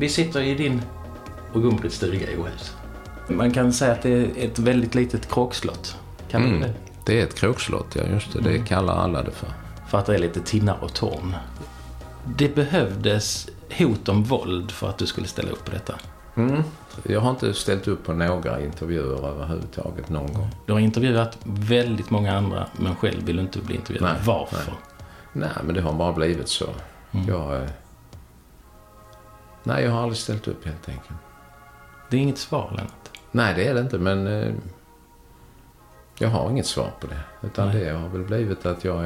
Vi sitter i din och Gun-Britts stuga i Åhus. Man kan säga att det är ett väldigt litet kråkslott. Kan man det? Det är ett kråkslott, ja just det. Det kallar alla det för. För att det är lite tinnar och torn. Det behövdes hot om våld för att du skulle ställa upp på detta. Jag har inte ställt upp på några intervjuer överhuvudtaget någon gång. Du har intervjuat väldigt många andra, men själv vill du inte bli intervjuad. Nej, Varför? Nej, men det har bara blivit så. Jag har aldrig ställt upp helt enkelt. Det är inget svar, Lennart. Nej, det är det inte, men jag har inget svar på det. Utan det har väl blivit att jag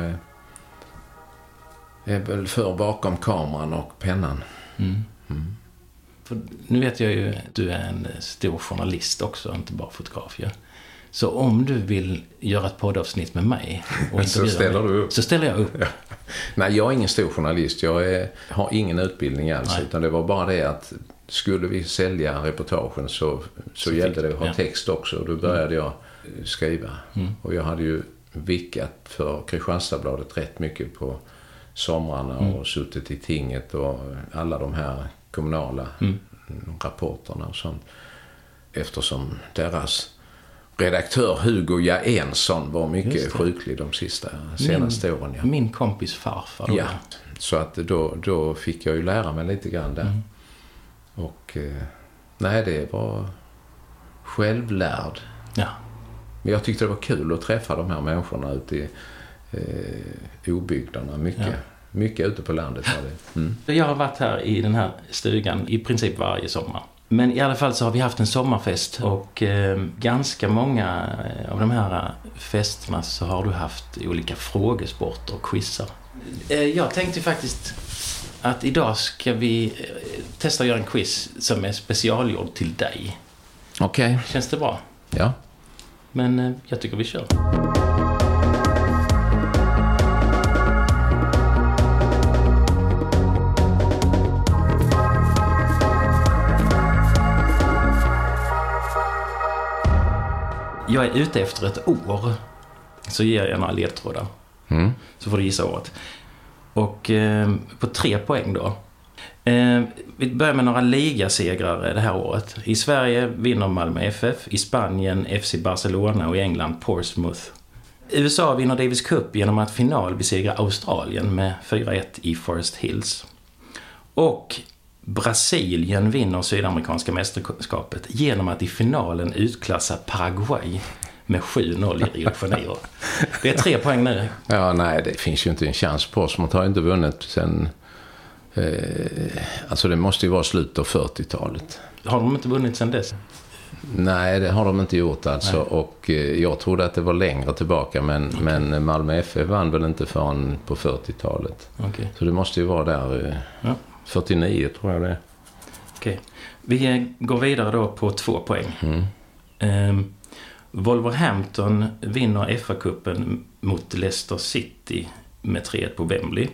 är väl för bakom kameran och pennan. För nu vet jag ju att du är en stor journalist också, inte bara fotograf. Ja. Så om du vill göra ett poddavsnitt med mig och så ställer du upp. Så ställer jag upp. Ja. Nej, jag är ingen stor journalist. Jag har ingen utbildning alls. Utan det var bara det att skulle vi sälja reportagen så gällde det att ha text också. Och då började jag skriva. Och jag hade ju vickat för Kristianstadsbladet rätt mycket på somrarna och suttit i tinget och alla de här kommunala rapporterna och sånt. Eftersom deras redaktör Hugo Jaensson var mycket sjuklig de senaste åren. Ja. Min kompis farfar. Då. Ja, så att då fick jag ju lära mig lite grann där. Och det var självlärd. Ja. Men jag tyckte det var kul att träffa de här människorna ute i obygderna. Mycket ute på landet var det. Jag har varit här i den här stugan i princip varje sommar. Men i alla fall så har vi haft en sommarfest och ganska många av de här festerna så har du haft olika frågesporter och quizar. Jag tänkte faktiskt att idag ska vi testa att göra en quiz som är specialgjord till dig. Okej. Känns det bra? Ja. Men jag tycker vi kör. Jag är ute efter ett år. Så ger jag några ledtrådar. Så får du gissa året. Och på 3 poäng då. Vi börjar med några ligasegrare det här året. I Sverige vinner Malmö FF. I Spanien FC Barcelona och i England Portsmouth. USA vinner Davis Cup genom att final besegra Australien med 4-1 i Forest Hills. Och Brasilien vinner sydamerikanska mästerskapet genom att i finalen utklassa Paraguay med 7-0 i Rio de Janeiro. Det är 3 poäng nu. Ja, nej, det finns ju inte en chans på oss. Man har inte vunnit sen... alltså det måste ju vara slutet av 40-talet. Har de inte vunnit sen dess? Nej, det har de inte gjort alltså. Nej. Och jag trodde att det var längre tillbaka. Men Malmö FF vann väl inte förrän på 40-talet. Okay. Så det måste ju vara där... 49 tror jag det är. Okej. Vi går vidare då på 2 poäng. Wolverhampton vinner FA-cupen mot Leicester City med 3-1 på Wembley.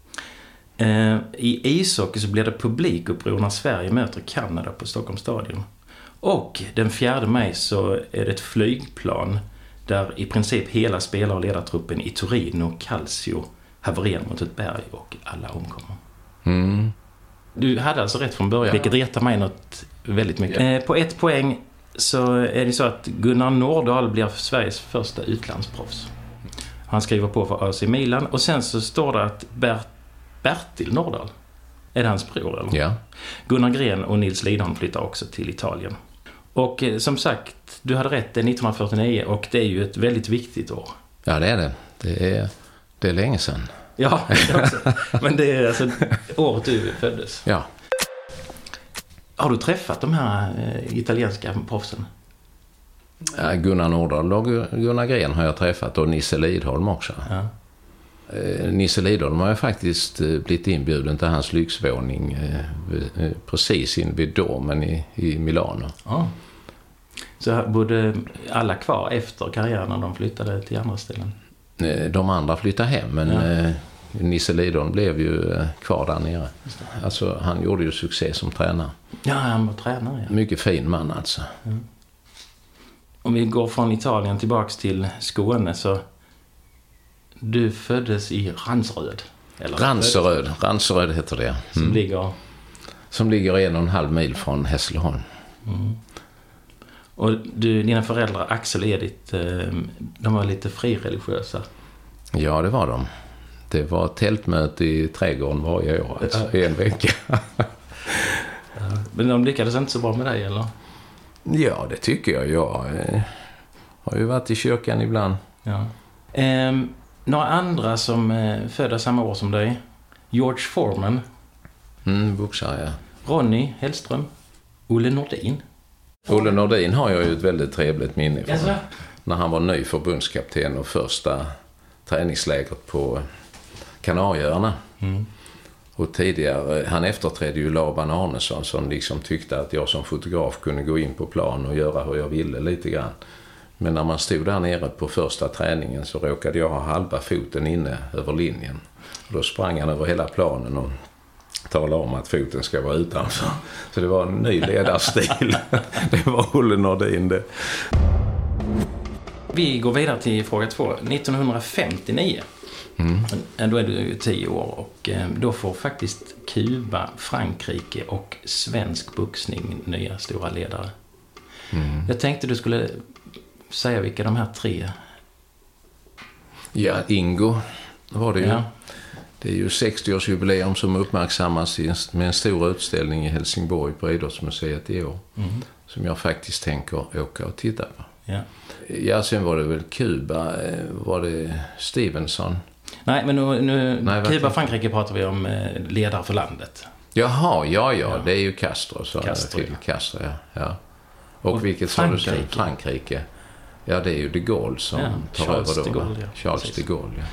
I ishockey så blir det publikuppror när Sverige möter Kanada på Stockholms stadion. Och den 4 maj så är det ett flygplan där i princip hela spelare- och ledartruppen i Torino Calcio havererar mot ett berg och alla omkommer. Du hade alltså rätt från början, vilket retar mig något väldigt mycket. På 1 poäng så är det så att Gunnar Nordahl blir Sveriges första utlandsproffs. Han skriver på för AC Milan och sen så står det att Bertil Nordahl, är det hans bror eller? Ja. Gunnar Gren och Nils Lidholm flyttar också till Italien. Och som sagt, du hade rätt, det är 1949 och det är ju ett väldigt viktigt år. Ja, det är det. Det är länge sedan. Ja, det också. Men det är alltså året du föddes. Ja. Har du träffat de här italienska proffsen? Ja, Gunnar Nordahl och Gunnar Gren har jag träffat och Nisse Lidholm också. Ja. Nisse Lidholm har jag faktiskt blivit inbjuden till hans lyxvåning precis invid domen i Milano. Ja. Så bodde alla kvar efter karriären när de flyttade till andra ställen? De andra flyttade hem, men Nisse Lidholm blev ju kvar där nere. Alltså, han gjorde ju succé som tränare. Ja, han var tränare. Ja. Mycket fin man alltså. Mm. Om vi går från Italien tillbaks till Skåne så... Du föddes i Ranseröd. Ranseröd heter det. Som ligger... som ligger 1,5 mil från Hässleholm. Och dina föräldrar, Axel och Edith, de var lite frireligiösa. Ja, det var de. Det var tältmöte i trädgården varje år, alltså, i en vecka. Men de lyckades inte så bra med dig, eller? Ja, det tycker jag. Jag har ju varit i kyrkan ibland. Ja. Några andra som föddes samma år som dig. George Foreman. Boxare, ja. Ronny Hellström. Olle Nordin. Olle Nordin har jag ju ett väldigt trevligt minne från. Yes. När han var ny förbundskapten och första träningslägret på Kanarieöarna. Och tidigare, han efterträdde ju Laban Arnesson som liksom tyckte att jag som fotograf kunde gå in på plan och göra hur jag ville lite grann. Men när man stod där nere på första träningen så råkade jag ha halva foten inne över linjen. Och då sprang han över hela planen och talade om att foten ska vara utanför. Så det var en ny ledarstil. Det var Olle Nordin det. Vi går vidare till fråga 2. 1959. Då är du 10 år och då får faktiskt Kuba, Frankrike och svensk boxning nya stora ledare. Jag tänkte du skulle säga vilka de här 3. Ja, Ingo var det ju. Ja. Det är ju 60-årsjubileum som uppmärksammas med en stor utställning i Helsingborg på Idrottsmuseet i år. Som jag faktiskt tänker åka och titta på. Ja, sen var det väl Kuba, var det Stevenson? Nej, men nu Kuba, Frankrike pratar vi om ledare för landet. Jaha, ja. Det är ju Castro. Castro, ja. Och vilket sa du sen? Frankrike. Ja, det är ju de Gaulle som tar över då. Charles de Gaulle, ja.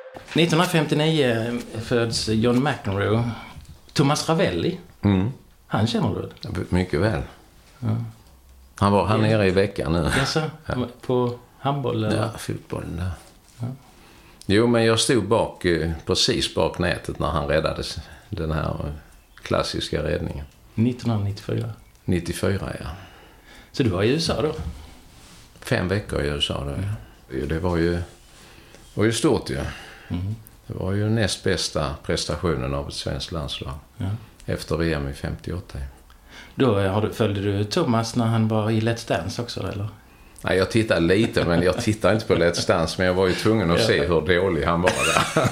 1959 föds John McEnroe. Thomas Ravelli. Han känner du? Mycket väl. Han var här nere i veckan nu. Jaså? På handboll? Eller? Ja, fotbollen där. Jo, men jag stod precis bak nätet när han räddades. Den här klassiska räddningen. 1994? 94, ja. Så du var i USA då? 5 veckor i USA då, ja. Det var ju stort ju. Det var ju näst bästa prestationen av ett svenskt landslag. Efter VM i 58. Då följde du Thomas när han var i Let's Dance också, eller? Nej, jag tittade lite, men jag tittade inte på Let's Dance. Men jag var ju tvungen att se hur dålig han var där.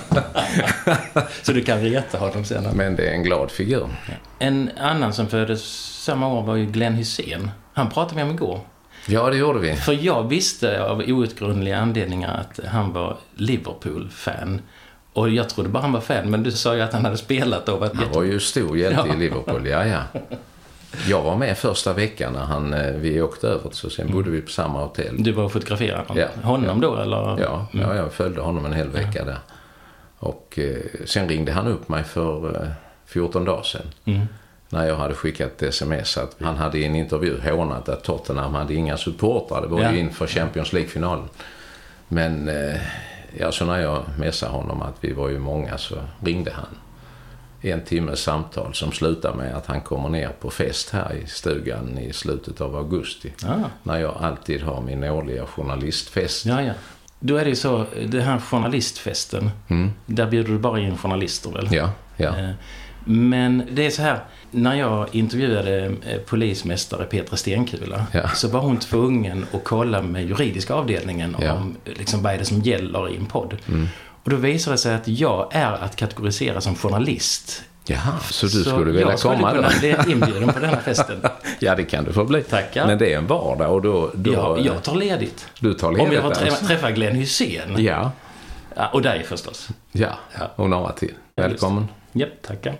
Så du kan reta honom sen? Men det är en glad figur. En annan som föddes samma år var ju Glenn Hysén. Han pratade vi om igår. Ja, det gjorde vi. För jag visste av outgrundliga anledningar att han var Liverpool-fan. Och jag trodde bara han var fan, men du sa ju att han hade spelat då. Han var ju stor hjälte i Liverpool, ja. Jag var med första veckan när vi åkte över, så sen bodde vi på samma hotell. Du var och fotograferade honom då, eller? Ja, jag följde honom en hel vecka där. Och sen ringde han upp mig för 14 dagar sedan. När jag hade skickat sms att han hade i en intervju hånat att Tottenham hade inga supportrar. Det var ju inför Champions League-finalen. Men så när jag messade honom att vi var ju många, så ringde han. 1 timmes samtal som slutar med att han kommer ner på fest här i stugan i slutet av augusti. När jag alltid har min årliga journalistfest. Ja. Då är det så, det här journalistfesten, där bjuder du bara in journalister väl? Ja. Men det är så här, när jag intervjuade polismästare Petra Stenkula så var hon tvungen att kolla med juridiska avdelningen om liksom, vad är det som gäller i en podd. Och då visade det sig att jag är att kategorisera som journalist. Jaha, så du skulle vilja komma då? Jag skulle kunna bli inbjuden på den här festen. Ja, det kan du få bli. Tackar. Men det är en vardag och då jag tar ledigt. Du tar ledigt? Om jag har träffat Glenn Hysén. Ja. Och dig förstås. Ja, och några till. Välkommen. Ja, tackar.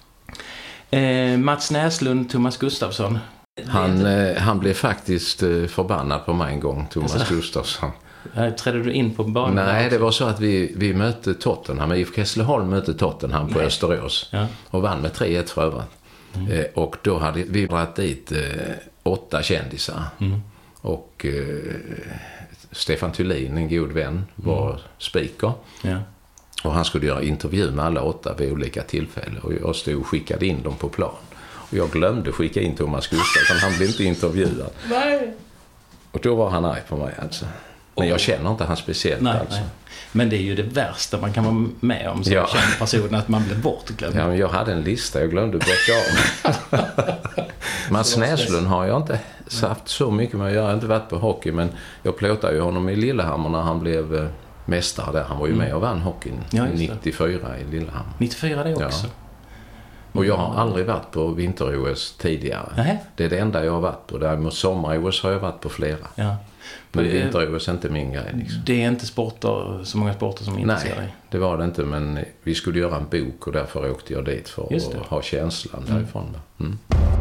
Mats Näslund, Thomas Gustafsson. Han blev faktiskt förbannad på mig en gång, Thomas Gustafsson. Trädde du in på banan? Nej, det var så att vi mötte Tottenham. IFK Hässleholm mötte Tottenham på Österås. Och vann med 3-1 för övrigt. Och då hade vi dragit dit 8 kändisar. Och Stefan Thulin, en god vän, var speaker. Och han skulle göra intervju med alla 8 vid olika tillfällen. Och jag stod och skickade in dem på plan. Och jag glömde skicka in Thomas Gustafsson. Han blev inte intervjuad. Nej. Och då var han arg på mig alltså. Men jag känner inte han speciellt. Nej, alltså. nej. Men det är ju det värsta man kan vara med om som känd person, att man blir bortglömd. Ja, men jag hade en lista, jag glömde bort av. Mats Näslund har jag inte haft så mycket med. Jag har inte varit på hockey, men jag plåtade ju honom i Lillehammer när han blev mästare där. Han var ju med och vann hockeyn 94 i Lillehammer. 94 det också. Ja. Och jag har aldrig varit på vinter-OS tidigare. Nej. Det är det enda jag har varit på. Däremot sommar-OS har jag varit på flera. Ja. Men vinter-OS är inte min grej. Liksom. Det är inte så många sporter som intresserar dig? Nej, det var det inte. Men vi skulle göra en bok och därför åkte jag dit för att ha känslan därifrån. Mm.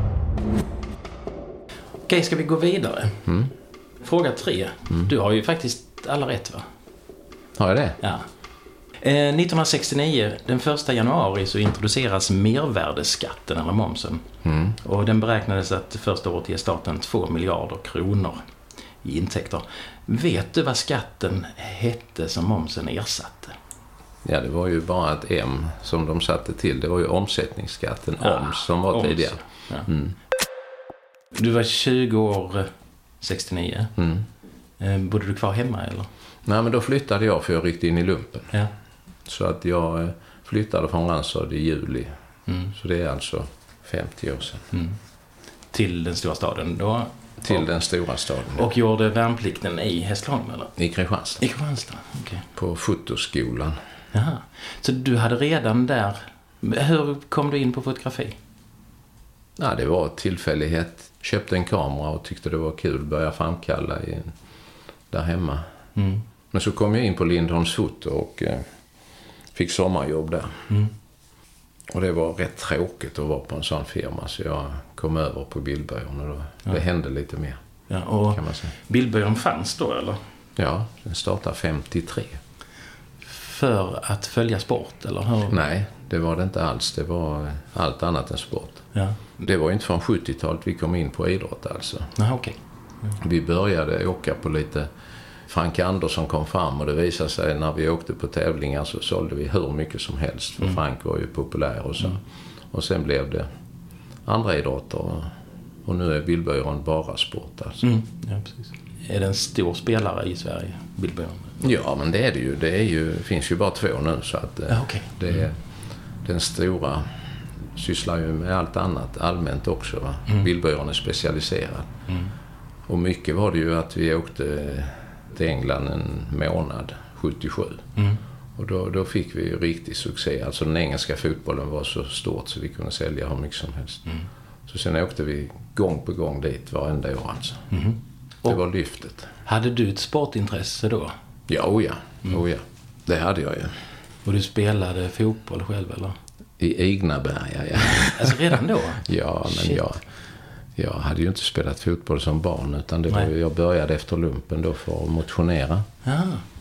Okej, ska vi gå vidare? Fråga 3. Du har ju faktiskt alla rätt, va? Har jag det? Ja. 1969, den 1 januari, så introduceras mervärdeskatten eller momsen. Och den beräknades att första året ge staten 2 miljarder kronor i intäkter. Vet du vad skatten hette som momsen ersatte? Ja, det var ju bara ett M som de satte till. Det var ju omsättningsskatten, OMS, som var tidigare. Ja. Du var 20 år 69. Bodde du kvar hemma eller? Nej, men då flyttade jag för jag ryckte in i lumpen. Ja. Så att jag flyttade från Ransad i juli. Så det är alltså 50 år sedan. Till den stora staden då? Till den stora staden. Och gjorde värnplikten i Hässleholm eller? I Kristianstad. I Kristianstad, okej. På fotoskolan. Jaha. Så du hade redan där... Hur kom du in på fotografi? Ja, det var tillfällighet. Köpte en kamera och tyckte det var kul att börja framkalla där hemma. Men så kom jag in på Lindholms foto och fick sommarjobb där. Och det var rätt tråkigt att vara på en sån firma, så jag kom över på bildbyrån och det hände lite mer. Ja, och kan man säga. Bildbyrån fanns då, eller? Ja, den startade 53. För att följa sport, eller hur? Nej, det var det inte alls. Det var allt annat än sport. Ja. Det var inte från 70-talet vi kom in på idrott alltså. Ja, okej. Vi började åka på lite... Frank Andersson kom fram och det visade sig när vi åkte på tävlingar så sålde vi hur mycket som helst. För Frank var ju populär och så. Och sen blev det andra idrotter och nu är Bildbyrån bara sport alltså. Ja, precis. Är det en stor spelare i Sverige, Bildbyrån? Ja, men det är det ju. Det finns ju bara 2 nu så att den stora sysslar ju med allt annat allmänt också. Va? Bildbyrån är specialiserad. Och mycket var det ju att vi åkte till England en månad 77. Och då fick vi ju riktig succé. Alltså den engelska fotbollen var så stort så vi kunde sälja hur mycket som helst. Så sen åkte vi gång på gång dit varenda år alltså. Det var lyftet. Hade du ett sportintresse då? Ja. Det hade jag ju. Och du spelade fotboll själv, eller? I Ignaberga, ja. Alltså redan då? Ja, men jag hade ju inte spelat fotboll som barn utan det var ju, jag började efter lumpen då för att motionera. Ja.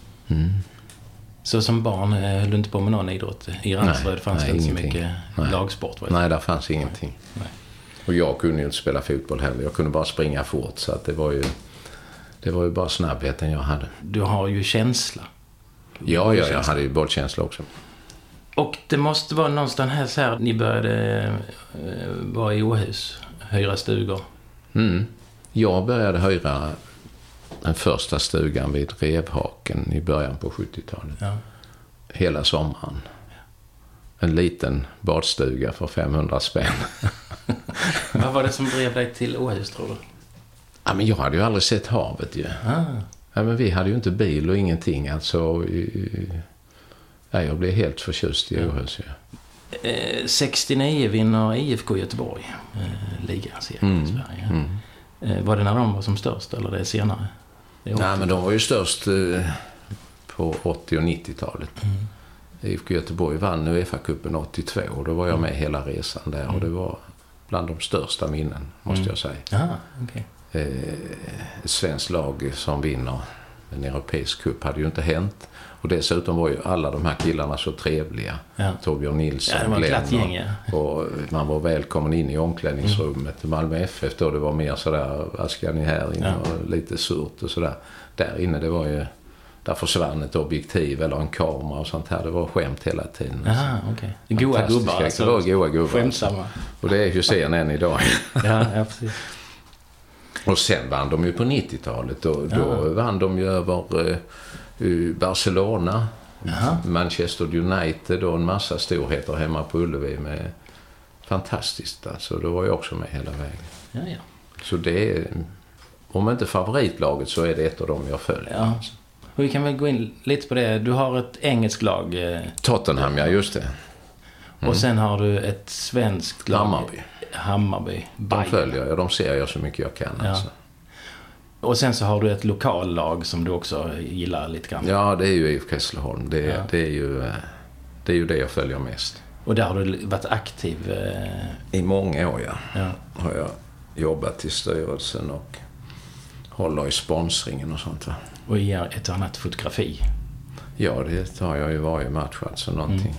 Så som barn höll du inte på med någon idrott? I Ransröd fanns det inte så mycket lagsport? Nej, där fanns ingenting. Nej. Och jag kunde ju inte spela fotboll heller. Jag kunde bara springa fort så att det var ju bara snabbheten jag hade. Du har ju känsla. Ja, jag hade ju bollkänsla också. Och det måste vara någonstans här ni började vara i Åhus, hyra stugor. Jag började hyra den första stugan vid Revhaken i början på 70-talet. Ja. Hela sommaren. En liten badstuga för 500 spänn. Vad var det som drev dig till Åhus, tror du? Ja, men jag hade ju aldrig sett havet ju. Ja, men vi hade ju inte bil och ingenting. Alltså, jag blev helt förtjust i Åhus. Ja. 69 vinner IFK Göteborg ligaserien i Sverige. Var det när de var som störst eller det senare? Nej, men de var ju störst på 80- och 90-talet. IFK Göteborg vann UEFA-cupen 82 och då var jag med hela resan där och det var bland de största minnen, måste jag säga. Okay. Ett svenskt lag som vinner en europeisk cup hade ju inte hänt. Och dessutom var ju alla de här killarna så trevliga. Ja. Torbjörn Nilsson, Glenn och man var välkommen in i omklädningsrummet. Malmö FF då, det var mer sådär, vad ska ni här inne och lite surt och sådär. Där inne det var ju, där försvann ett objektiv eller en kamera och sånt här. Det var skämt hela tiden. Jaha, okej. Goa gubbar. Alltså, det var goa gubbar. Skämtsamma. Och det är ju scenen än idag. Ja, precis. Och sen vann de ju på 90-talet. Då vann de ju över Barcelona, Manchester United och en massa storheter hemma på Ullevi med fantastiskt. Alltså, då var jag också med hela vägen. Ja. Så det är, om inte favoritlaget så är det ett av dem jag följer. Ja. Och vi kan väl gå in lite på det. Du har ett engelskt lag. Tottenham, ja just det. Och sen har du ett svenskt lag. Hammarby. De följer jag, de ser jag så mycket jag kan. Ja. Alltså. Och sen så har du ett lokallag som du också gillar lite grann. Ja, det är ju IFK Hässleholm. Det är ju det jag följer mest. Och där har du varit aktiv? I många år, ja. Har jag jobbat i styrelsen och håller i sponsringen och sånt, va? Och ger ett annat fotografi? Ja, det tar jag i varje match, alltså någonting.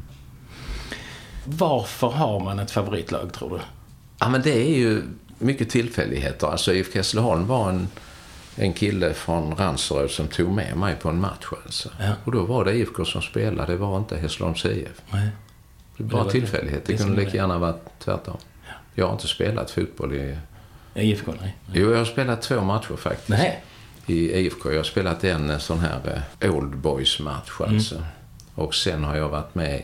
Varför har man ett favoritlag, tror du? Ja, men det är ju mycket tillfälligheter. Alltså IFK Hässleholm var en kille från Ranseröd som tog med mig på en match. Alltså. Ja. Och då var det IFK som spelade, det var inte Hässleholms IF. Nej. Det var tillfällighet, det kunde lika gärna varit tvärtom. Ja. Jag har inte spelat fotboll i IFK, nej. Jo, jag har spelat 2 matcher faktiskt. Nej. I IFK. Jag har spelat en sån här Old Boys-match alltså. Och sen har jag varit med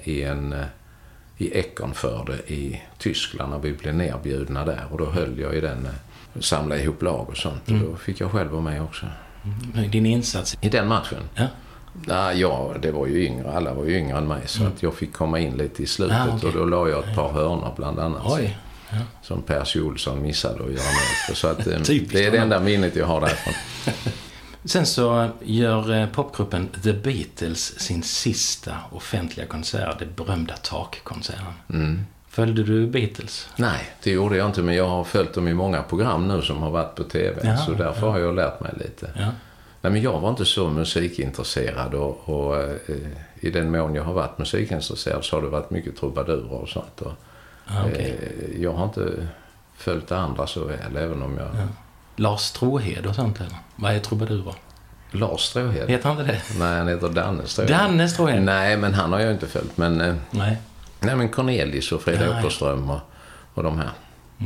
i Eckernförde i Tyskland när vi blev nerbjudna där. Och då höll jag i den, samlade ihop lag och sånt. Och då fick jag själv vara med också. Din insats? I den matchen? Ja. Ja, det var ju yngre. Alla var ju yngre än mig. Så att jag fick komma in lite i slutet. Okay. Och då la jag ett par hörnor bland annat. Oj. Ja. Som Per Olsson missade att göra med. Så att, det är det enda minnet jag har därifrån. Sen så gör popgruppen The Beatles sin sista offentliga konsert, det berömda takkonserten. Följde du Beatles? Nej, det gjorde jag inte, men jag har följt dem i många program nu som har varit på tv. Så därför har jag lärt mig lite. Ja. Nej, men jag var inte så musikintresserad och i den mån jag har varit musikintresserad så har det varit mycket trubadurer och sånt. Och, jag har inte följt andra så väl, även om jag... Ja. Lars Stråhed och sånt, eller? Vad är trubadurer? Lars Stråhed? Heter han inte det? Nej, han heter Danne Stråhed. Danne Stråhed? Nej, men han har jag inte följt. Men, nej, men Cornelis och Frida Åkerström och de här.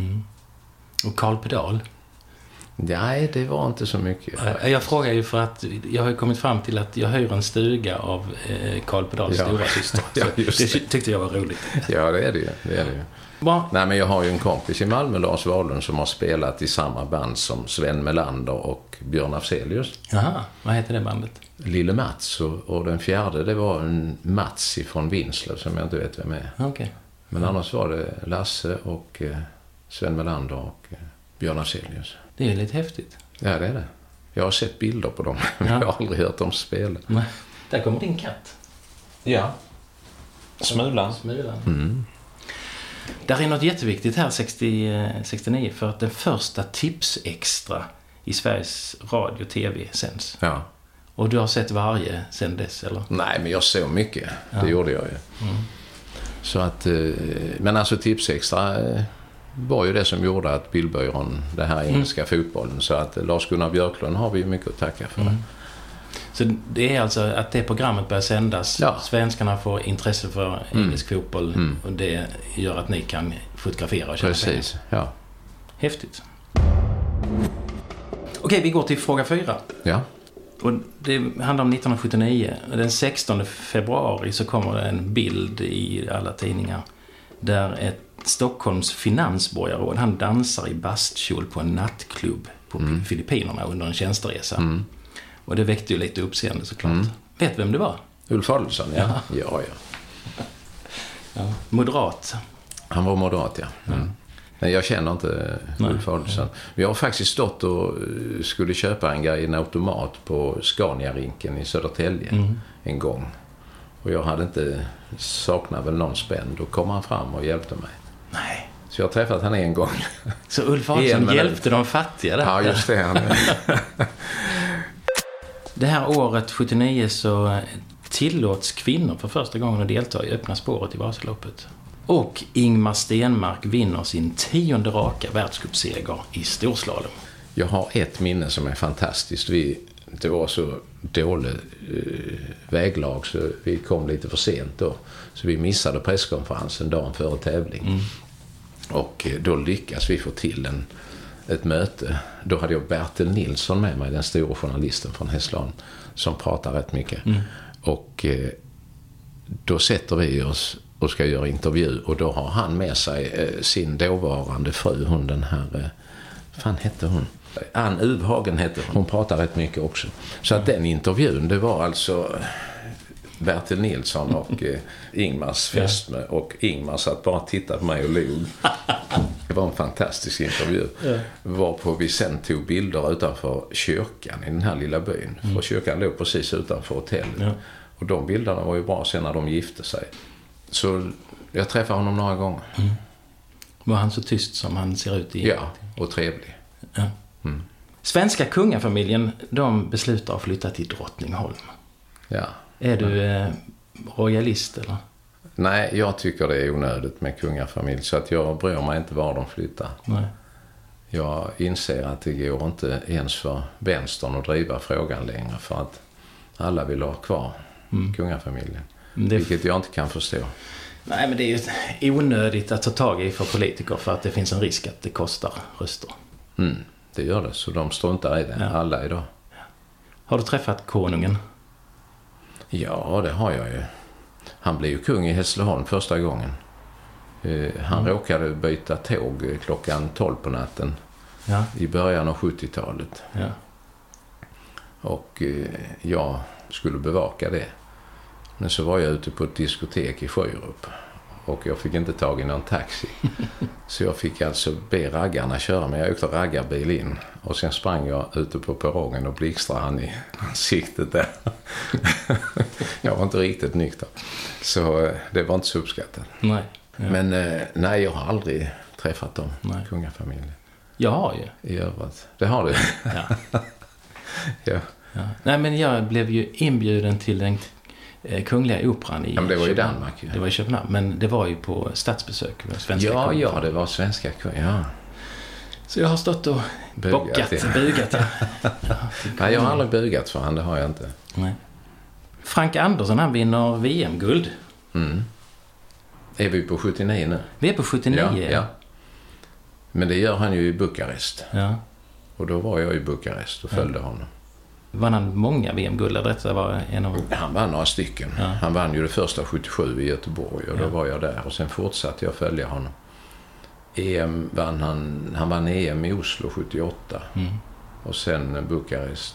Och Carl Pedal? Nej, det var inte så mycket. Jag frågar ju för att jag har kommit fram till att jag hyr en stuga av Carl Pedals stora syster. Det tyckte jag var roligt. Ja, det är det ju. Nej, men jag har ju en kompis i Malmö, Lars Wahlund, som har spelat i samma band som Sven Melander och Björn Afzelius. Jaha, vad heter det bandet? Lille Mats, och den fjärde det var en Mats ifrån Vinslöv som jag inte vet vem är. Okay. Men annars var det Lasse och Sven Melander och Björn Afzelius. Det är lite häftigt. Ja, det är det. Jag har sett bilder på dem, men jag har aldrig hört dem spela. Nej. Där kommer din katt. Ja. Smulan. Där är något jätteviktigt här 69 för att den första Tipsextra i Sveriges radio och tv sänds. Ja. Och du har sett varje sen dess, eller? Nej, men jag såg mycket. Det gjorde jag ju. Så att, men alltså Tipsextra var ju det som gjorde att Billbyrån, det här engelska fotbollen, så att Lars-Gunnar Björklund har vi mycket att tacka för det. Så det är alltså att det programmet börjar sändas. Ja. Svenskarna får intresse för engelsk fotboll och det gör att ni kan fotografera och tjäna pengar. Precis, ja. Häftigt. Okej, vi går till fråga 4. Ja. Och det handlar om 1979. Den 16 februari så kommer det en bild i alla tidningar där ett Stockholms finansborgarråd, han dansar i bastkjol på en nattklubb på Filippinerna under en tjänsteresa. Och det väckte ju lite uppseende såklart. Vet vem det var? Ulf Adelsohn, ja. Moderat. Han var moderat, ja. Men jag känner inte Ulf Adelsohn. Jag har faktiskt stått och skulle köpa en grej i en automat på Scania-rinken i Södertälje en gång. Och jag hade inte saknat väl någon spänn. Då kom han fram och hjälpte mig. Nej. Så jag har träffat han en gång. Så Ulf Adelsohn hjälpte de fattiga där? Ja, just det. Det här året 79 så tillåts kvinnor för första gången att delta i öppna spåret i Vasaloppet. Och Ingmar Stenmark vinner sin 10:e raka världscupseger i storslalom. Jag har ett minne som är fantastiskt. Det var så dålig väglag så vi kom lite för sent då. Så vi missade presskonferensen dagen före tävling. Och då lyckas vi få till ett möte. Då hade jag Bertil Nilsson med mig, den stora journalisten från Hässleholm, som pratar rätt mycket. Och då sätter vi oss och ska göra intervju, och då har han med sig sin dåvarande fru, hon den här, fan hette hon? Ann Uvhagen hette hon. Hon pratar rätt mycket också. Så att den intervjun, det var alltså Bertil Nilsson och Ingmars fästmö, och Ingmar satt bara och tittade på mig och log. Det var en fantastisk intervju. Varpå vi sen tog bilder utanför kyrkan i den här lilla byn. För kyrkan låg precis utanför hotellet. Och de bilderna var ju bra sen när de gifte sig. Så jag träffade honom några gånger. Var han så tyst som han ser ut i? Ja, och trevlig. Ja. Svenska kungafamiljen, de beslutar att flytta till Drottningholm. Ja. Är du royalist eller? Nej, jag tycker det är onödigt med kungafamilj, så att jag bryr mig inte var de flyttar. Nej. Jag inser att det går inte ens för vänstern att driva frågan längre, för att alla vill ha kvar kungafamiljen. Vilket jag inte kan förstå. Nej, men det är ju onödigt att ta tag i för politiker, för att det finns en risk att det kostar röster. Det gör det, så de struntar i det, alla idag. Har du träffat konungen? Ja, det har jag ju. Han blev ju kung i Hässleholm första gången. Han råkade byta tåg klockan 12 på natten i början av 70-talet. Ja. Och jag skulle bevaka det. Men så var jag ute på ett diskotek i Sjörup. Och jag fick inte tag i någon taxi. Så jag fick alltså be raggarna köra mig. Jag åkte raggarbil in. Och sen sprang jag ute på perrongen och blixtrade han i ansiktet där. Jag var inte riktigt nykter. Så det var inte så uppskattat. Nej. Ja. Men nej, jag har aldrig träffat dem, kungafamiljen. Jag har ju. I övrigt. Det har du. Ja. Ja. Nej, men jag blev ju inbjuden till den kungliga operan i det var i Danmark. Ja. Det var i Köpenhamn, men det var ju på statsbesök. Ja, det var svenska kungar. Så jag har stått och bugat. Nej, jag har aldrig bugat för han, det har jag inte. Nej. Frank Andersson, han vinner VM-guld. Är vi på 79 nu? Vi är på 79. Ja. Men det gör han ju i Bukarest. Ja. Och då var jag i Bukarest och följde honom. Vann han många VM-guld? Detta var en av... Han vann några stycken. Ja. Han vann ju det första 77 i Göteborg, och då var jag där. Och sen fortsatte jag följa honom. Han vann EM i Oslo 78. Och sen Bukarest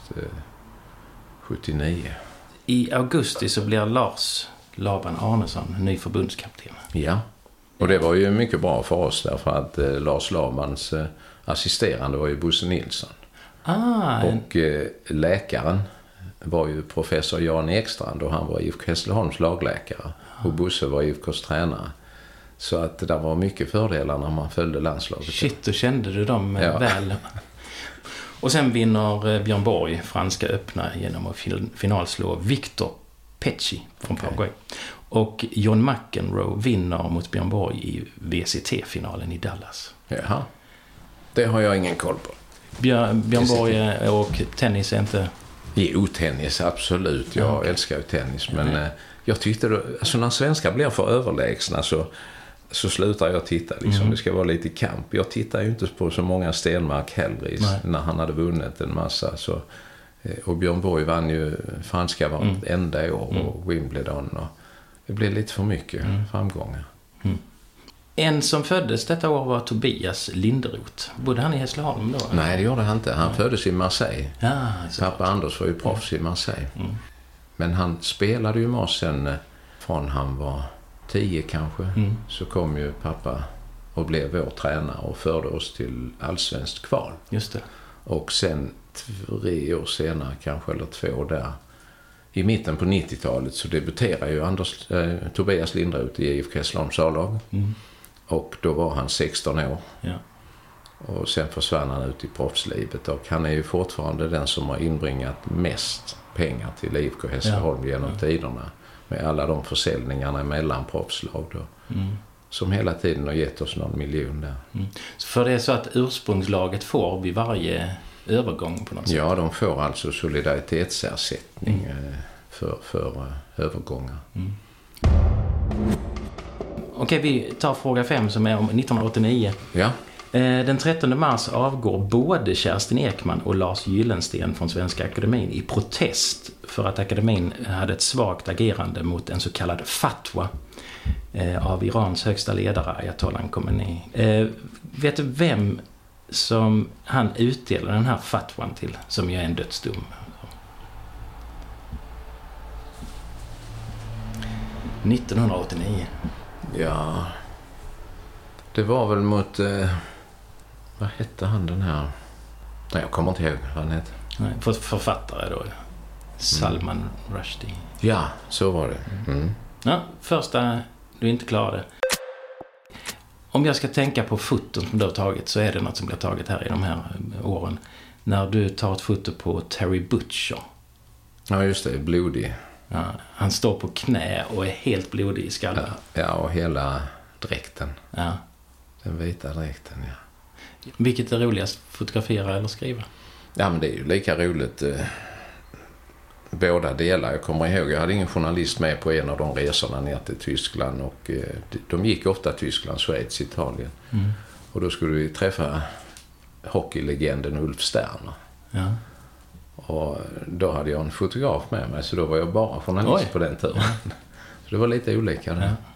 79. I augusti så blir Lars Laban Arnesson ny förbundskapten. Ja, och det var ju mycket bra för oss, därför att Lars Labans assisterande var ju Bosse Nilsson. Och läkaren var ju professor Jan Ekstrand, och han var IFK Hässleholms lagläkare. Och Bosse var IFKs tränare. Så att det var mycket fördelar när man följde landslaget. Shit, då kände du dem väl. Och sen vinner Björn Borg franska öppna genom att finalslå Victor Pecci från Paraguay. Och John McEnroe vinner mot Björn Borg i VCT-finalen i Dallas. Jaha, det har jag ingen koll på. Björn Borg och tennis är inte... Jo, tennis, absolut. Jag älskar ju tennis. Men jag tyckte då, alltså när svenskar blir för överlägsna så slutar jag titta. Liksom. Det ska vara lite kamp. Jag tittar ju inte på så många Stenmark heller när han hade vunnit en massa. Så, och Björn Borg vann ju franska enda år och Wimbledon. Och det blev lite för mycket framgångar. En som föddes detta år var Tobias Linderoth. Bodde han i Hässleholm då? Nej, det gjorde han inte. Han föddes i Marseille. Pappa Anders var ju proffs i Marseille. Men han spelade ju med oss sen från han var 10 kanske. Så kom ju pappa och blev vår tränare och förde oss till allsvenskt kval. Just det. Och sen 3 år senare kanske, eller 2 där, i mitten på 90-talet så debuterade ju Tobias Linderoth i IFK Hässleholms A-lag. Och då var han 16 år. Ja. Och sen försvann han ut i proffslivet. Och han är ju fortfarande den som har inbringat mest pengar till IFK Hässleholm genom tiderna. Med alla de försäljningarna mellan proffslag då. Som hela tiden har gett oss någon miljon där. Så för det är så att ursprungslaget får vid varje övergång på något sätt? Ja, de får alltså solidaritetsersättning för övergångar. Okej, vi tar fråga 5 som är om 1989. Ja. Den 13 mars avgår både Kerstin Ekman och Lars Gyllensten från Svenska Akademin i protest för att akademin hade ett svagt agerande mot en så kallad fatwa av Irans högsta ledare Ayatollah Khomeini. Vet du vem som han utdelade den här fatwan till, som ju är en dödsdom? ...1989. Ja, det var väl mot... vad hette han den här? Nej, jag kommer inte ihåg vad han hette. Nej, författare då. Salman Rushdie. Ja, så var det. Mm. Ja, första du inte klarade. Om jag ska tänka på foton som du har tagit, så är det något som blir taget här i de här åren. När du tar ett foto på Terry Butcher. Ja, just det. Blodig. Ja, han står på knä och är helt blodig i skallen. Ja, och hela dräkten. Ja. Den vita dräkten, ja. Vilket är roligast, fotografera eller skriva? Ja, men det är ju lika roligt båda delar. Jag kommer ihåg, jag hade ingen journalist med på en av de resorna ner till Tyskland. Och de gick ofta Tyskland, Schweiz, Italien. Mm. Och då skulle vi träffa hockeylegenden Ulf Sterner. Ja. Och då hade jag en fotograf med mig, så då var jag bara journalist på den turen. Ja. Så det var lite olika där. Ja.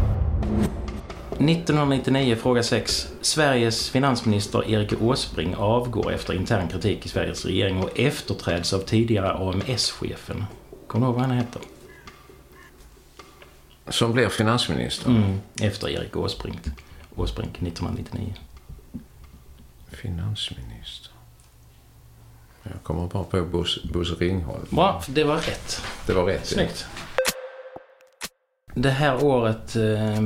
1999, fråga 6. Sveriges finansminister Erik Åsbrink avgår efter intern kritik i Sveriges regering och efterträds av tidigare AMS-chefen. Kommer du ihåg vad han heter? Som blev finansminister? Efter Erik Åsbrink 1999. Finansminister. Jag kommer bara på Bosse Ringholm. Bra, det var rätt. Det var rätt. Snyggt. Ja. Det här året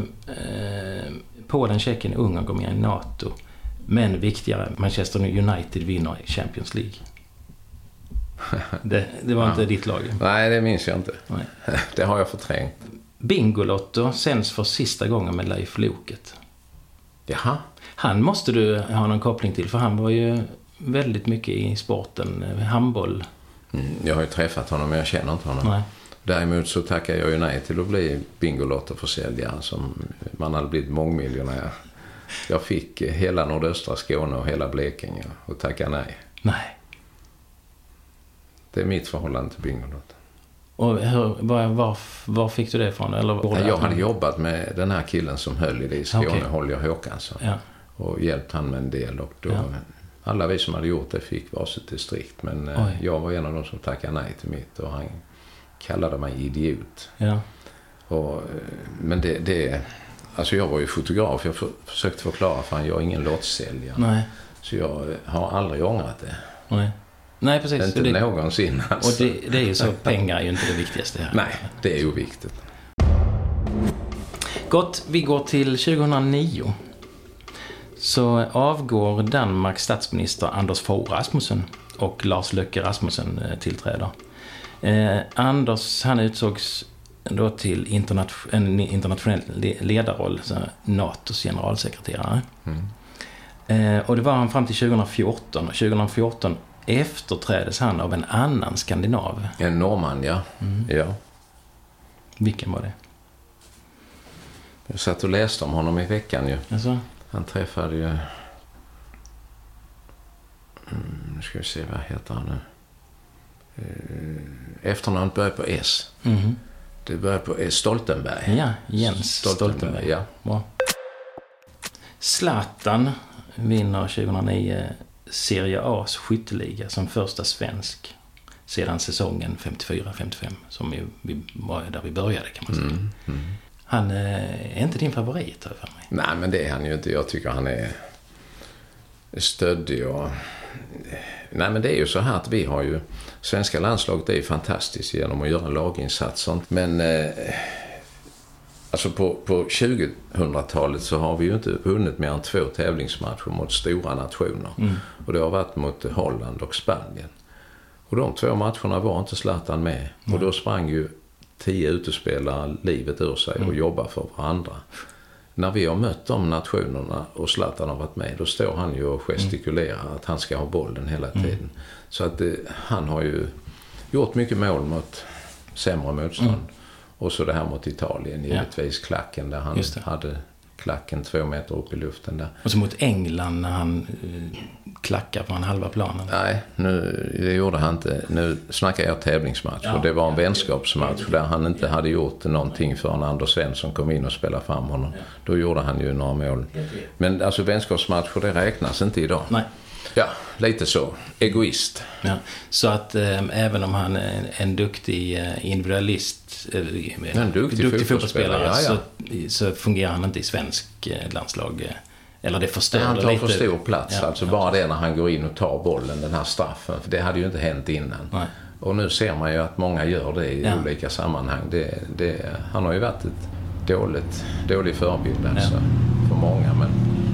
Polen, Tjeckien och Ungern går med i NATO. Men viktigare, Manchester United vinner i Champions League. Det var inte ditt lag. Nej, det minns jag inte. Nej. Det har jag förträngt. Bingolotto sänds för sista gången med Leif Loket. Jaha. Han måste du ha någon koppling till, för han var ju väldigt mycket i sporten, handboll. Jag har ju träffat honom, men jag känner inte honom. Nej. Däremot så tackar jag ju nej till att bli Bingolotto-försäljare som man hade blivit mångmiljonär. Jag fick hela nordöstra Skåne och hela Blekinge och tackar nej. Nej. Det är mitt förhållande till Bingolotto. Och var fick du det ifrån? Eller jag hade jobbat med den här killen som höll i det i Skåne, Holger Håkansson. Ja. Och hjälpt han med en del. Och då, alla vi som hade gjort det fick varsitt distrikt. Men jag var en av de som tackade nej till mitt. Och han kallade mig idiot. Ja. Men alltså jag var ju fotograf. Jag försökte förklara för jag är ingen lottsäljare. Nej. Så jag har aldrig ångrat det. Nej, precis. Inte någonsin. Alltså. Och det är ju så, pengar är ju inte det viktigaste här. Nej, det är ju viktigt. Gott, vi går till 2009. Så avgår Danmarks statsminister Anders Fogh Rasmussen och Lars Løkke Rasmussen tillträder. Anders, han utsågs då till en internationell ledarroll, så NATOs generalsekreterare. Och det var han fram till 2014. Och 2014 efterträdes han av en annan skandinav. En norrman, ja. Ja. Vilken var det? Jag satt och läste om honom i veckan ju. Alltså? Han träffade ju... nu ska vi se, vad heter han nu? Efternamnet börjar på S. Det börjar på S. Stoltenberg. Ja, Jens Stoltenberg. Ja. Bra. Zlatan vinner 2009 Serie A's skytteliga som första svensk sedan säsongen 54-55, som vi var där vi började, kan man säga. Han är inte din favorit, för mig. Nej, men det är han ju inte. Jag tycker han är stöddig och... Nej, men det är ju så här att vi har ju... Svenska landslaget är fantastiskt genom att göra laginsatser. Men alltså på 2000-talet så har vi ju inte vunnit mer än 2 tävlingsmatcher mot stora nationer. Och det har varit mot Holland och Spanien. Och de 2 matcherna var inte Zlatan med. Och då sprang ju 10 utespelare livet ur sig och jobbar för varandra. När vi har mött de nationerna och Zlatan har varit med, då står han ju och gestikulerar att han ska ha bollen hela tiden. Så att han har ju gjort mycket mål mot sämre motstånd. Och så det här mot Italien, givetvis klacken där han hade klacken 2 meter upp i luften där. Och så mot England när han klackar på en halva planen. Nej, det gjorde han inte. Nu snackar jag tävlingsmatch. Ja. Och det var en vänskapsmatch där han inte hade gjort någonting förrän Anders Svensson kom in och spelade fram honom. Då gjorde han ju några mål. Men alltså vänskapsmatcher, det räknas inte idag. Nej. Ja, lite så. Egoist. Ja. Så att även om han är en duktig individualist, en duktig fotbollsspelare, så fungerar han inte i svensk landslag. Eller det förstör han tar lite. För stor plats. Alltså bara det när han går in och tar bollen, den här straffen. För det hade ju inte hänt innan. Nej. Och nu ser man ju att många gör det i olika sammanhang. Han har ju varit ett dålig förebild alltså, för många. Men...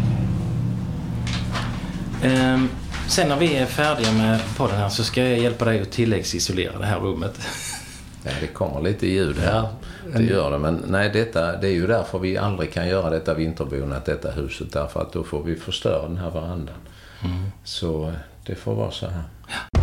Sen när vi är färdiga med podden här så ska jag hjälpa dig att tilläggsisolera det här rummet. Ja, det kommer lite ljud här. Ja. Det gör det, men nej, det är ju därför vi aldrig kan göra detta vinterbonet, detta huset, därför att då får vi förstöra den här verandan. Så det får vara så här. Ja.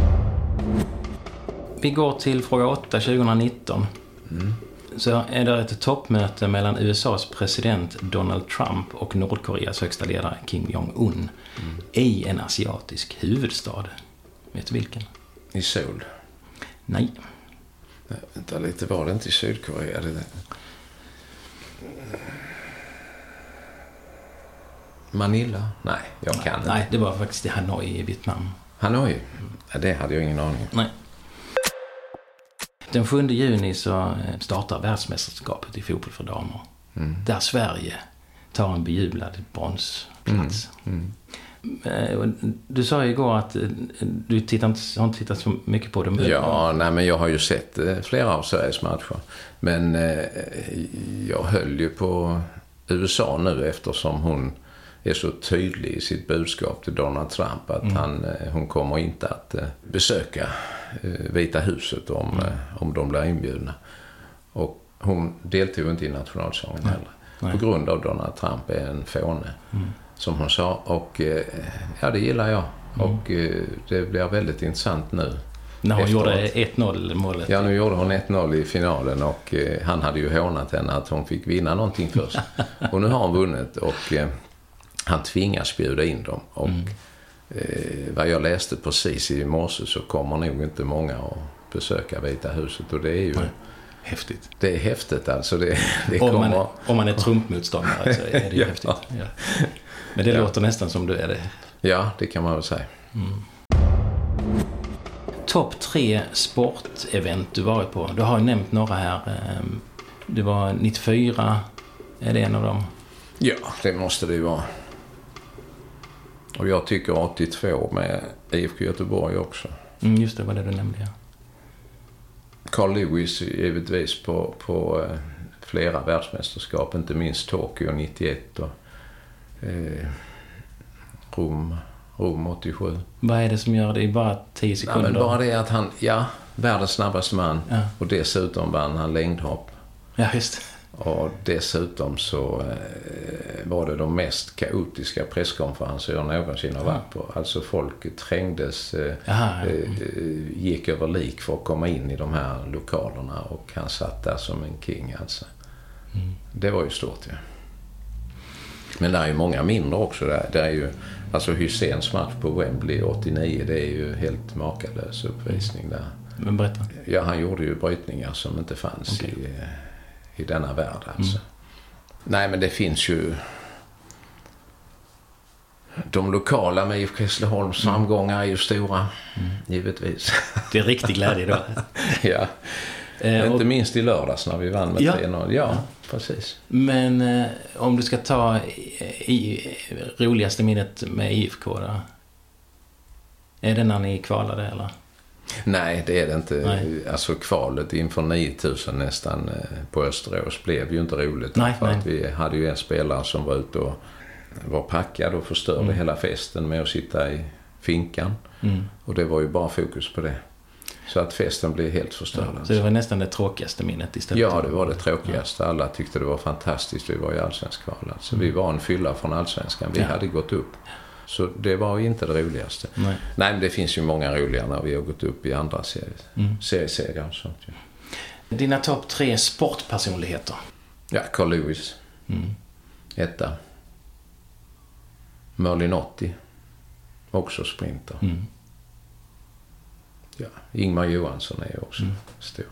Vi går till fråga 8, 2019. Så är det ett toppmöte mellan USAs president Donald Trump och Nordkoreas högsta ledare Kim Jong-un i en asiatisk huvudstad. Vet du vilken? I Seoul? Nej. Vänta lite, var det inte i Sydkorea? Manila? Nej, jag kan inte. Nej, det var faktiskt i Hanoi i Vietnam. Hanoi? Ja, det hade jag ingen aning. Nej. Den 7 juni så startar världsmästerskapet i fotboll för damer. Där Sverige tar en bejublad bronsplats. Du sa ju igår att du har inte tittat så mycket på det. Ja, nej, men jag har ju sett flera av Sveriges matcher. Men jag höll ju på USA nu eftersom hon är så tydlig i sitt budskap till Donald Trump att hon kommer inte att besöka Vita huset om de blir inbjudna. Och hon deltog inte i nationalsången heller. Nej. På grund av Donald Trump är en fåne, som hon sa. Och ja, det gillar jag. Och det blir väldigt intressant nu. När hon gjorde 1-0 målet. Ja, nu gjorde hon 1-0 i finalen och han hade ju hånat henne att hon fick vinna någonting först. Och nu har hon vunnit och han tvingas bjuda in dem. Och vad jag läste precis i morse så kommer nog inte många att besöka Vita huset. Och det är ju... Häftigt. Det är häftigt alltså. Om man är Trump-motståndare så är det ju häftigt. Ja. Men det låter nästan som du är det. Ja, det kan man väl säga. Topp 3 sportevent du varit på. Du har ju nämnt några här. Det var 94. Är det en av dem? Ja, det måste det ju vara. Och jag tycker 82 med IFK Göteborg också. Just det, var det du nämnde, ja. Carl Lewis givetvis på flera världsmästerskap, inte minst Tokyo 91 och Rom 87. Vad är det som gör det i bara 10 sekunder? Ja, men bara det att han, världens snabbaste man, och dessutom vann han längdhopp. Ja, just. Och dessutom så var det de mest kaotiska presskonferenser jag någonsin har varit på. Alltså folk trängdes, gick över lik för att komma in i de här lokalerna och han satt där som en king alltså. Det var ju stort, ja. Men det är ju många mindre också. Det är ju, alltså Hyséns match på Wembley 89, det är ju helt makalös uppvisning där. Men berätta. Ja, han gjorde ju brytningar som inte fanns i denna värld alltså. Nej, men det finns ju de lokala med IFK Hässleholms framgångar är ju stora, givetvis. Det är riktig glädje då. Ja. Inte minst i lördags när vi vann med 3-0. Ja, precis. Men om du ska ta roligaste minnet med IFK då? Är det när ni kvalade eller? Nej, det är det inte. Nej. Alltså kvalet inför 9000 nästan på Österås blev ju inte roligt. För att vi hade ju en spelare som var ute och var packad och förstörde hela festen med att sitta i finkan. Och det var ju bara fokus på det. Så att festen blev helt förstörd. Ja, så det var nästan det tråkigaste minnet istället? Ja, det var det tråkigaste. Alla tyckte det var fantastiskt. Vi var i allsvensk kval. Så vi var en fylla från allsvenskan. Vi hade gått upp. Så det var inte det roligaste. Nej, men det finns ju många roliga när vi har gått upp i andra serieserier och sånt. Ja. Dina topp 3 sportpersonligheter? Ja, Carl Lewis. etta. Merlin 80. Också sprinter. Ja, Ingmar Johansson är också stor.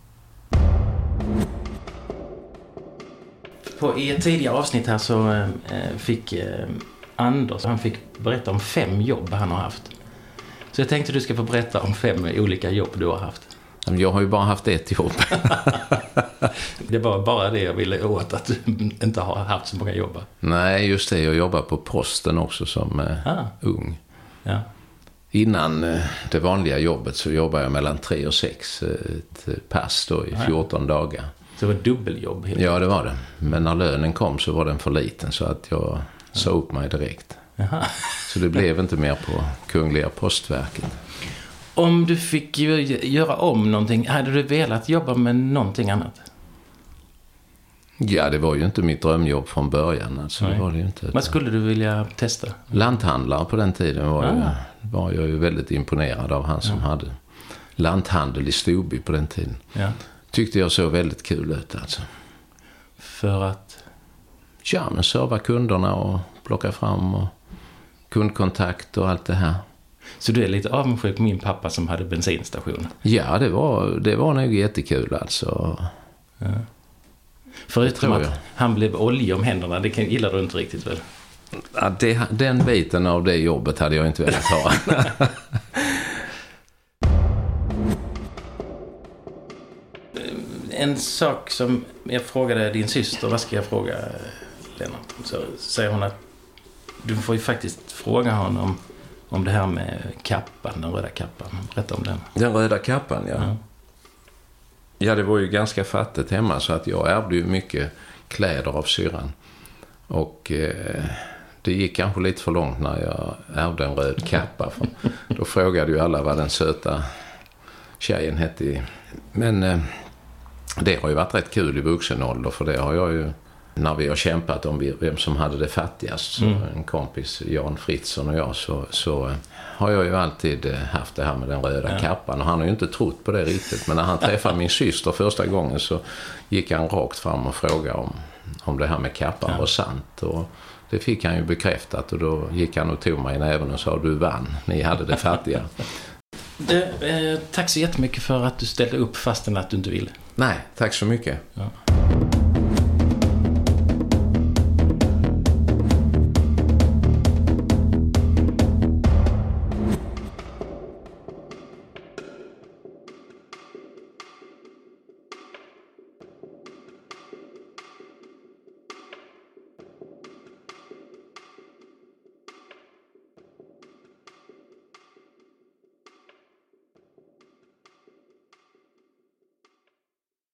I ett tidigare avsnitt här så fick Anders, han fick berätta om 5 jobb han har haft. Så jag tänkte du ska få berätta om 5 olika jobb du har haft. Jag har ju bara haft ett jobb. Det var bara det jag ville åt, att du inte har haft så många jobb. Nej, just det. Jag jobbar på posten också som ung. Ja. Innan det vanliga jobbet så jobbade jag mellan 3 och 6 ett pass då i 14 dagar. Så det var dubbeljobb? Ja, det var det. Men när lönen kom så var den för liten så att jag sa upp mig direkt. Aha. Så det blev inte mer på Kungliga Postverket. Om du fick göra om någonting, hade du velat jobba med någonting annat? Ja, det var ju inte mitt drömjobb från början. Alltså, det var det ju inte. Vad skulle du vilja testa? Lanthandlare på den tiden var jag ju väldigt imponerad av han som hade lanthandel i Storby på den tiden. Ja. Tyckte jag såg väldigt kul ut alltså. För att? Ja, men serva kunderna och plocka fram och kundkontakt och allt det här. Så du är lite avundsjuk på min pappa som hade bensinstation? Ja, det var nog jättekul alltså. Ja. Förutom att han blev olja om händerna, det gillar du inte riktigt väl? Ja, den biten av det jobbet hade jag inte velat ha. En sak som jag frågade din syster, vad ska jag fråga Lennart? Så säger hon att du får ju faktiskt fråga honom om det här med kappan, den röda kappan. Berätta om den. Den röda kappan, ja. Ja, det var ju ganska fattigt hemma så att jag ärvde ju mycket kläder av syrran. Och det gick kanske lite för långt när jag ärvde en röd kappa. För då frågade ju alla vad den söta tjejen hette. Men det har ju varit rätt kul i vuxen ålder, för det har jag ju, när vi har kämpat om vem som hade det fattigast, så en kompis, Jan Fritzson och jag, så har jag ju alltid haft det här med den röda kappan, och han har ju inte trott på det riktigt, men när han träffade min syster första gången så gick han rakt fram och frågade om det här med kappan var sant, och det fick han ju bekräftat, och då gick han och tog mig i näven och sa: du vann, ni hade det fattiga. Tack så jättemycket för att du ställde upp fastän att du inte ville. Nej, tack så mycket. Ja.